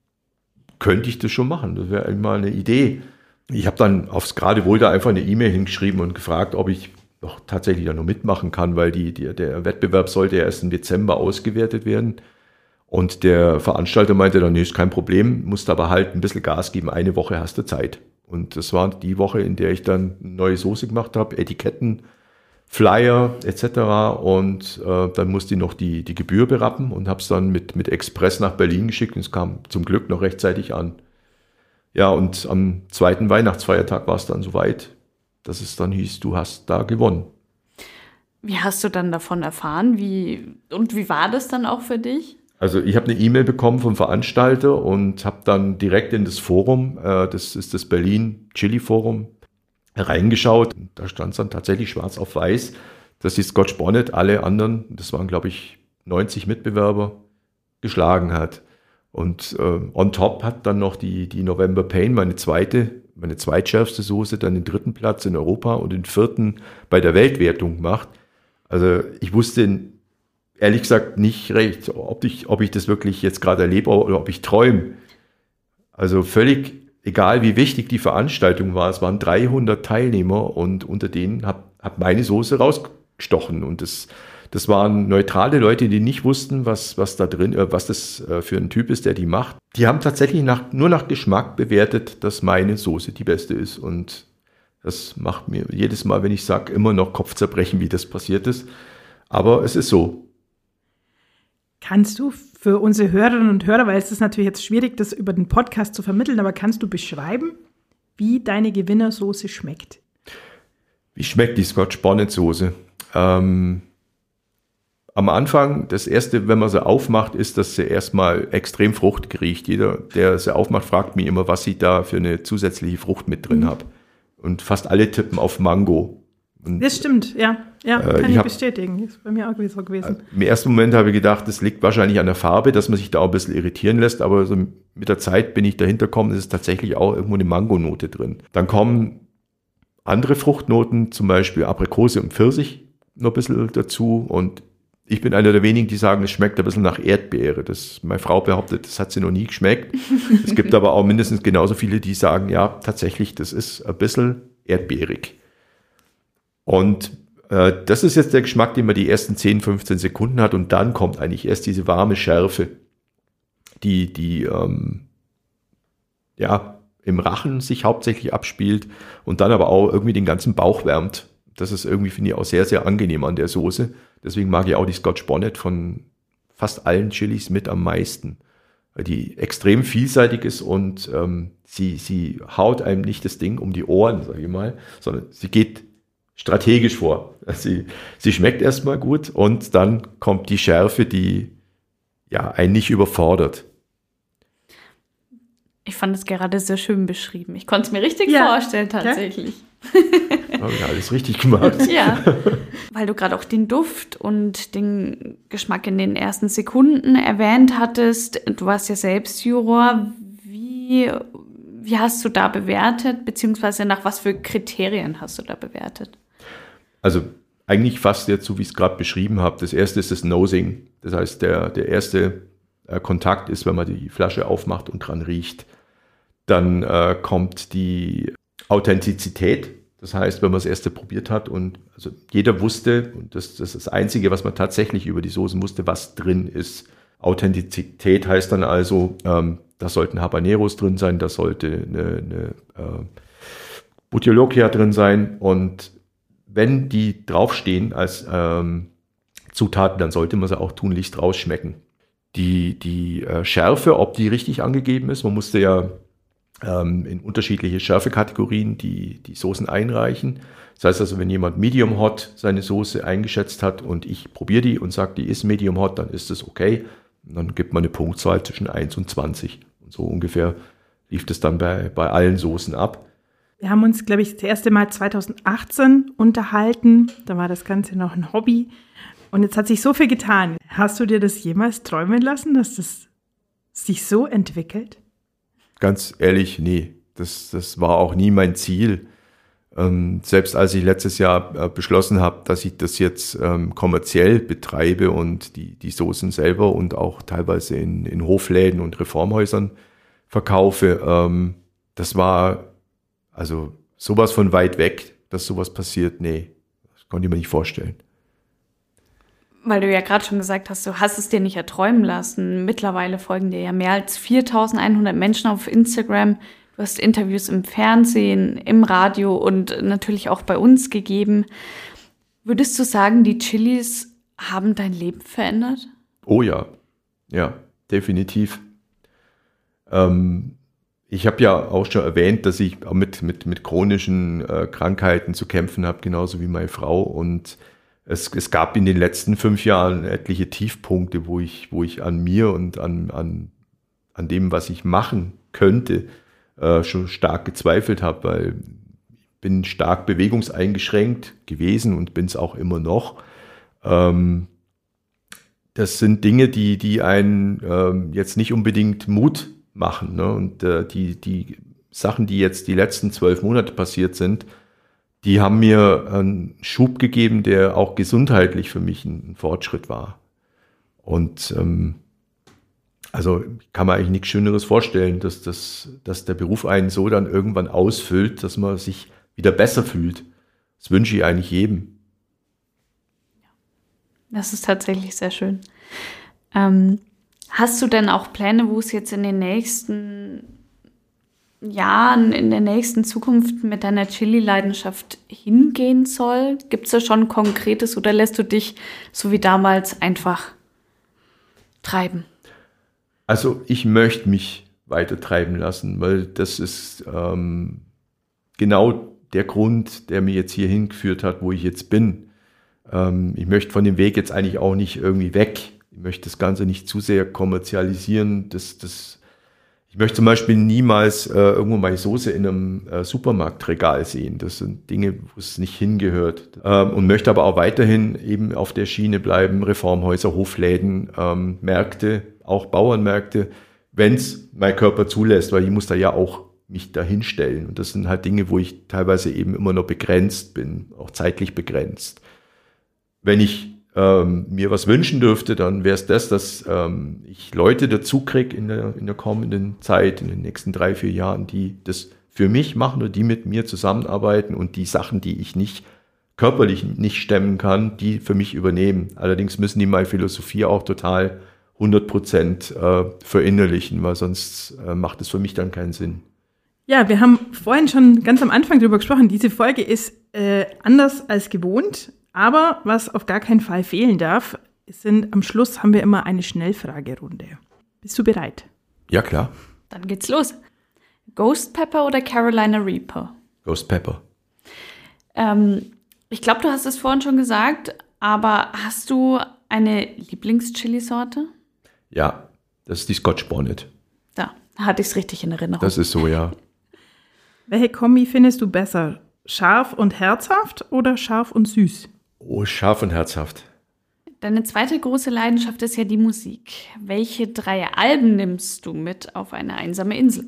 könnte ich das schon machen, das wäre mal eine Idee. Ich habe dann aufs Geradewohl da einfach eine E-Mail hingeschrieben und gefragt, ob ich doch tatsächlich da noch mitmachen kann, weil der Wettbewerb sollte ja erst im Dezember ausgewertet werden. Und der Veranstalter meinte dann, nee, ist kein Problem, musst aber halt ein bisschen Gas geben, eine Woche hast du Zeit. Und das war die Woche, in der ich dann eine neue Soße gemacht habe, Etiketten, Flyer etc. Und dann musste ich noch die Gebühr berappen und habe es dann mit Express nach Berlin geschickt und es kam zum Glück noch rechtzeitig an. Ja, und am 2. Weihnachtsfeiertag war es dann soweit, dass es dann hieß, du hast da gewonnen. Wie hast du dann davon erfahren? Wie war das dann auch für dich? Also ich habe eine E-Mail bekommen vom Veranstalter und habe dann direkt in das Forum, das ist das Berlin Chili Forum, reingeschaut. Da stand es dann tatsächlich schwarz auf weiß, dass die Scotch Bonnet alle anderen, das waren glaube ich 90 Mitbewerber, geschlagen hat. Und on top hat dann noch die November Pain, meine zweitschärfste Soße, dann den 3. Platz in Europa und den 4. bei der Weltwertung gemacht. Also ich wusste ehrlich gesagt nicht recht, ob ich das wirklich jetzt gerade erlebe oder ob ich träume. Also völlig egal, wie wichtig die Veranstaltung war. Es waren 300 Teilnehmer und unter denen hat meine Soße rausgestochen. Und das waren neutrale Leute, die nicht wussten, was da drin, was das für ein Typ ist, der die macht. Die haben tatsächlich nur nach Geschmack bewertet, dass meine Soße die beste ist. Und das macht mir jedes Mal, wenn ich sage, immer noch Kopfzerbrechen, wie das passiert ist. Aber es ist so. Kannst du für unsere Hörerinnen und Hörer, weil es ist natürlich jetzt schwierig, das über den Podcast zu vermitteln, aber kannst du beschreiben, wie deine Gewinnersoße schmeckt? Wie schmeckt die Scotch Bonnet Soße? Am Anfang, das erste, wenn man sie aufmacht, ist, dass sie erstmal extrem fruchtig riecht. Jeder, der sie aufmacht, fragt mich immer, was ich da für eine zusätzliche Frucht mit drin habe. Und fast alle tippen auf Mango. Und das stimmt, ja. Ja, kann ich bestätigen. Ist bei mir auch so gewesen. Im ersten Moment habe ich gedacht, das liegt wahrscheinlich an der Farbe, dass man sich da auch ein bisschen irritieren lässt, aber so mit der Zeit bin ich dahinter gekommen, es ist tatsächlich auch irgendwo eine Mangonote drin. Dann kommen andere Fruchtnoten, zum Beispiel Aprikose und Pfirsich, noch ein bisschen dazu und ich bin einer der wenigen, die sagen, es schmeckt ein bisschen nach Erdbeere. Meine Frau behauptet, das hat sie noch nie geschmeckt. Es gibt aber auch mindestens genauso viele, die sagen, ja, tatsächlich, das ist ein bisschen erdbeerig. Und das ist jetzt der Geschmack, den man die ersten 10, 15 Sekunden hat und dann kommt eigentlich erst diese warme Schärfe, die im Rachen sich hauptsächlich abspielt und dann aber auch irgendwie den ganzen Bauch wärmt. Das ist irgendwie, finde ich, auch sehr, sehr angenehm an der Soße. Deswegen mag ich auch die Scotch Bonnet von fast allen Chilis mit am meisten, weil die extrem vielseitig ist und sie haut einem nicht das Ding um die Ohren, sage ich mal, sondern sie geht strategisch vor. Sie schmeckt erstmal gut und dann kommt die Schärfe, die ja einen nicht überfordert. Ich fand es gerade sehr schön beschrieben. Ich konnte es mir richtig vorstellen, tatsächlich. Habe ich alles richtig gemacht. Ja, weil du gerade auch den Duft und den Geschmack in den ersten Sekunden erwähnt hattest. Du warst ja selbst Juror. Wie hast du da bewertet, beziehungsweise nach was für Kriterien hast du da bewertet? Also eigentlich fast jetzt so, wie ich es gerade beschrieben habe. Das erste ist das Nosing. Das heißt, der erste Kontakt ist, wenn man die Flasche aufmacht und dran riecht. Dann kommt die Authentizität. Das heißt, wenn man das erste probiert hat und also jeder wusste, und das ist das Einzige, was man tatsächlich über die Soßen wusste, was drin ist. Authentizität heißt dann also, da sollten Habaneros drin sein, da sollte eine Butiolocchia drin sein und wenn die draufstehen als Zutaten, dann sollte man sie auch tunlichst rausschmecken. Die Schärfe, ob die richtig angegeben ist, man musste ja in unterschiedliche Schärfekategorien die Soßen einreichen. Das heißt also, wenn jemand Medium Hot seine Soße eingeschätzt hat und ich probiere die und sage, die ist Medium Hot, dann ist das okay. Und dann gibt man eine Punktzahl zwischen 1 und 20. Und so ungefähr lief das dann bei allen Soßen ab. Wir haben uns, glaube ich, das erste Mal 2018 unterhalten. Da war das Ganze noch ein Hobby. Und jetzt hat sich so viel getan. Hast du dir das jemals träumen lassen, dass das sich so entwickelt? Ganz ehrlich, nee. Das war auch nie mein Ziel. Selbst als ich letztes Jahr beschlossen habe, dass ich das jetzt kommerziell betreibe und die Soßen selber und auch teilweise in Hofläden und Reformhäusern verkaufe, das war also sowas von weit weg, dass sowas passiert. Nee, das konnte ich mir nicht vorstellen. Weil du ja gerade schon gesagt hast, du hast es dir nicht erträumen lassen. Mittlerweile folgen dir ja mehr als 4.100 Menschen auf Instagram. Du hast Interviews im Fernsehen, im Radio und natürlich auch bei uns gegeben. Würdest du sagen, die Chilis haben dein Leben verändert? Oh ja, definitiv. Ich habe ja auch schon erwähnt, dass ich mit chronischen Krankheiten zu kämpfen habe, genauso wie meine Frau. Und es gab in den letzten 5 Jahren etliche Tiefpunkte, wo ich an mir und an dem, was ich machen könnte, schon stark gezweifelt habe, weil ich bin stark bewegungseingeschränkt gewesen und bin es auch immer noch. Das sind Dinge, die einen jetzt nicht unbedingt Mut machen, ne? Und die Sachen, die jetzt die letzten 12 Monate passiert sind, die haben mir einen Schub gegeben, der auch gesundheitlich für mich ein Fortschritt war. Und also kann man eigentlich nichts Schöneres vorstellen, dass der Beruf einen so dann irgendwann ausfüllt, dass man sich wieder besser fühlt. Das wünsche ich eigentlich jedem. Das ist tatsächlich sehr schön. Hast du denn auch Pläne, wo es jetzt in den nächsten Jahren, in der nächsten Zukunft mit deiner Chili-Leidenschaft hingehen soll? Gibt es da schon Konkretes oder lässt du dich so wie damals einfach treiben? Also ich möchte mich weiter treiben lassen, weil das ist genau der Grund, der mir jetzt hier hingeführt hat, wo ich jetzt bin. Ich möchte von dem Weg jetzt eigentlich auch nicht irgendwie weg. Ich möchte das Ganze nicht zu sehr kommerzialisieren. Ich möchte zum Beispiel niemals irgendwo meine Soße in einem Supermarktregal sehen. Das sind Dinge, wo es nicht hingehört. Und möchte aber auch weiterhin eben auf der Schiene bleiben, Reformhäuser, Hofläden, Märkte, auch Bauernmärkte, wenn es mein Körper zulässt, weil ich muss da ja auch mich dahin stellen. Und das sind halt Dinge, wo ich teilweise eben immer noch begrenzt bin, auch zeitlich begrenzt. wenn ich mir was wünschen dürfte, dann wäre es das, dass ich Leute dazu kriege in der kommenden Zeit, in den nächsten 3-4 Jahren, die das für mich machen oder die mit mir zusammenarbeiten und die Sachen, die ich körperlich nicht stemmen kann, die für mich übernehmen. Allerdings müssen die meine Philosophie auch total 100% verinnerlichen, weil sonst macht es für mich dann keinen Sinn. Ja, wir haben vorhin schon ganz am Anfang darüber gesprochen, diese Folge ist anders als gewohnt, aber was auf gar keinen Fall fehlen darf, am Schluss haben wir immer eine Schnellfragerunde. Bist du bereit? Ja, klar. Dann geht's los. Ghost Pepper oder Carolina Reaper? Ghost Pepper. Ich glaube, du hast es vorhin schon gesagt, aber hast du eine Lieblings-Chili-Sorte? Ja, das ist die Scotch Bonnet. Da hatte ich es richtig in Erinnerung. Das ist so, ja. Welche Kombi findest du besser? Scharf und herzhaft oder scharf und süß? Oh, scharf und herzhaft. Deine zweite große Leidenschaft ist ja die Musik. Welche 3 Alben nimmst du mit auf eine einsame Insel?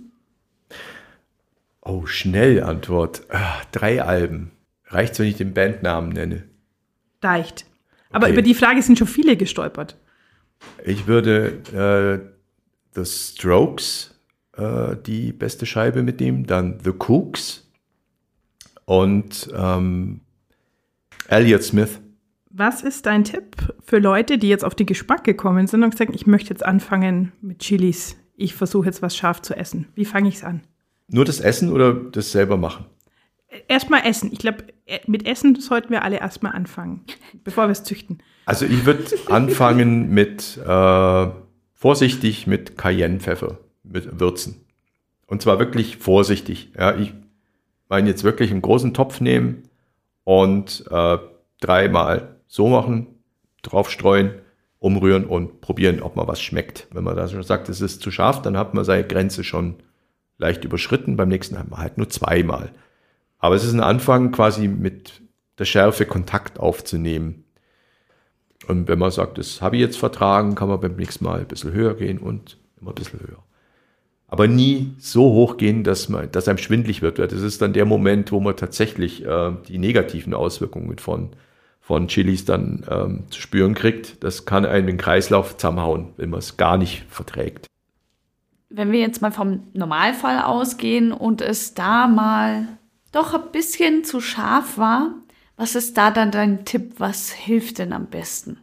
Oh, schnell Antwort. 3 Alben. Reicht's, wenn ich den Bandnamen nenne? Reicht. Aber Okay. über die Frage sind schon viele gestolpert. Ich würde The Strokes, die beste Scheibe mitnehmen, dann The Kooks und Elliott Smith. Was ist dein Tipp für Leute, die jetzt auf den Geschmack gekommen sind und gesagt, ich möchte jetzt anfangen mit Chilis. Ich versuche jetzt was scharf zu essen. Wie fange ich es an? Nur das Essen oder das selber machen? Erstmal essen. Ich glaube, mit Essen sollten wir alle erstmal anfangen, bevor wir es züchten. Also ich würde anfangen mit vorsichtig mit Cayennepfeffer, mit Würzen. Und zwar wirklich vorsichtig. Ja, ich meine jetzt wirklich einen großen Topf nehmen und 3-mal so machen, draufstreuen, umrühren und probieren, ob man was schmeckt. Wenn man da schon sagt, es ist zu scharf, dann hat man seine Grenze schon leicht überschritten. Beim nächsten Mal halt nur 2-mal. Aber es ist ein Anfang, quasi mit der Schärfe Kontakt aufzunehmen. Und wenn man sagt, das habe ich jetzt vertragen, kann man beim nächsten Mal ein bisschen höher gehen und immer ein bisschen höher. Aber nie so hoch gehen, dass einem schwindelig wird. Das ist dann der Moment, wo man tatsächlich die negativen Auswirkungen von Chilis dann zu spüren kriegt. Das kann einen den Kreislauf zusammenhauen, wenn man es gar nicht verträgt. Wenn wir jetzt mal vom Normalfall ausgehen und es da mal doch ein bisschen zu scharf war, was ist da dann dein Tipp? Was hilft denn am besten?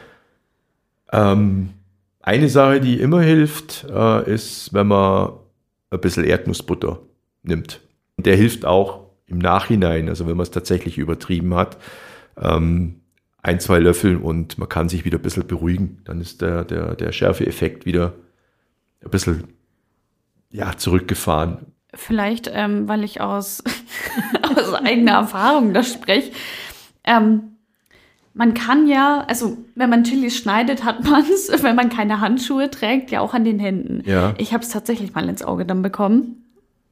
Eine Sache, die immer hilft, ist, wenn man ein bisschen Erdnussbutter nimmt. Und der hilft auch im Nachhinein, also wenn man es tatsächlich übertrieben hat, 1-2 Löffel und man kann sich wieder ein bisschen beruhigen. Dann ist der Schärfeeffekt wieder ein bisschen zurückgefahren. Vielleicht, weil ich aus eigener Erfahrung das spreche. Man kann ja, also wenn man Chilis schneidet, hat man es, wenn man keine Handschuhe trägt, ja auch an den Händen. Ja. Ich habe es tatsächlich mal ins Auge dann bekommen.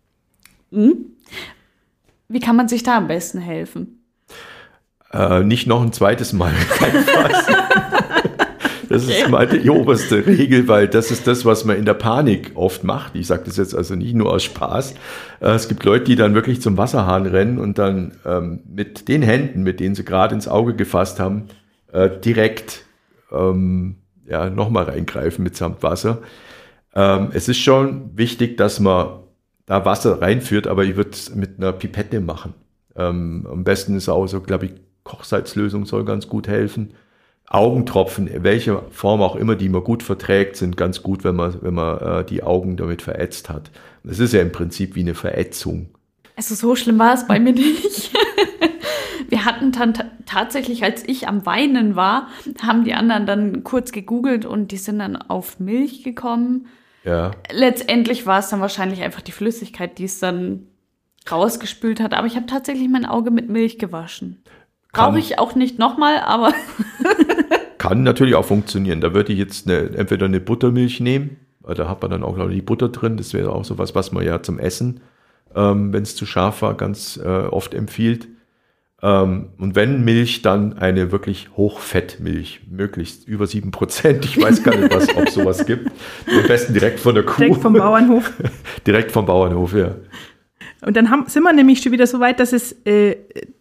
Wie kann man sich da am besten helfen? Nicht noch ein zweites Mal reinfassen. Das ist mal die oberste Regel, weil das ist das, was man in der Panik oft macht. Ich sage das jetzt also nicht nur aus Spaß. Es gibt Leute, die dann wirklich zum Wasserhahn rennen und dann mit den Händen, mit denen sie gerade ins Auge gefasst haben, direkt nochmal reingreifen mitsamt Wasser. Es ist schon wichtig, dass man da Wasser reinführt, aber ich würde es mit einer Pipette machen. Am besten ist auch so, glaube ich, Kochsalzlösung soll ganz gut helfen. Augentropfen, in welcher Form auch immer, die man gut verträgt, sind ganz gut, wenn man die Augen damit verätzt hat. Das ist ja im Prinzip wie eine Verätzung. Also so schlimm war es bei mir nicht. Wir hatten dann tatsächlich, als ich am Weinen war, haben die anderen dann kurz gegoogelt und die sind dann auf Milch gekommen. Ja. Letztendlich war es dann wahrscheinlich einfach die Flüssigkeit, die es dann rausgespült hat. Aber ich habe tatsächlich mein Auge mit Milch gewaschen. Brauche ich auch nicht nochmal, aber... Kann natürlich auch funktionieren. Da würde ich jetzt entweder eine Buttermilch nehmen, weil da hat man dann auch noch die Butter drin. Das wäre auch sowas, was man ja zum Essen, wenn es zu scharf war, ganz oft empfiehlt. Und wenn Milch, dann eine wirklich Hochfettmilch, möglichst über 7%. Ich weiß gar nicht, ob es sowas gibt. Am besten direkt von der Kuh. Direkt vom Bauernhof. Direkt vom Bauernhof, ja. Und dann sind wir nämlich schon wieder so weit, dass es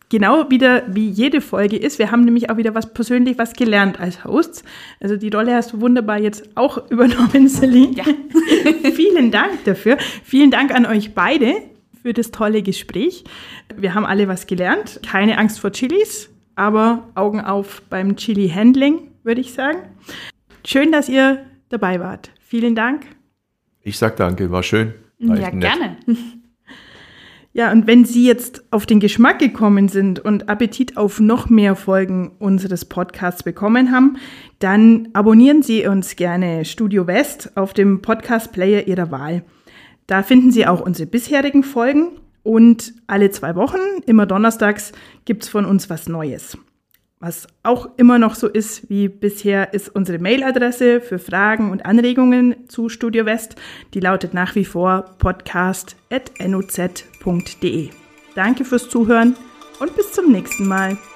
genau wieder wie jede Folge ist. Wir haben nämlich auch wieder was gelernt als Hosts. Also die Rolle hast du wunderbar jetzt auch übernommen, Celine. Ja. Vielen Dank dafür. Vielen Dank an euch beide für das tolle Gespräch. Wir haben alle was gelernt. Keine Angst vor Chilis, aber Augen auf beim Chili-Handling, würde ich sagen. Schön, dass ihr dabei wart. Vielen Dank. Ich sag danke, war schön. War Ja, gerne. Ja, und wenn Sie jetzt auf den Geschmack gekommen sind und Appetit auf noch mehr Folgen unseres Podcasts bekommen haben, dann abonnieren Sie uns gerne Studio West auf dem Podcast-Player Ihrer Wahl. Da finden Sie auch unsere bisherigen Folgen und alle 2 Wochen, immer donnerstags, gibt es von uns was Neues. Was auch immer noch so ist wie bisher, ist unsere Mailadresse für Fragen und Anregungen zu Studio West. Die lautet nach wie vor podcast@noz.de. Danke fürs Zuhören und bis zum nächsten Mal.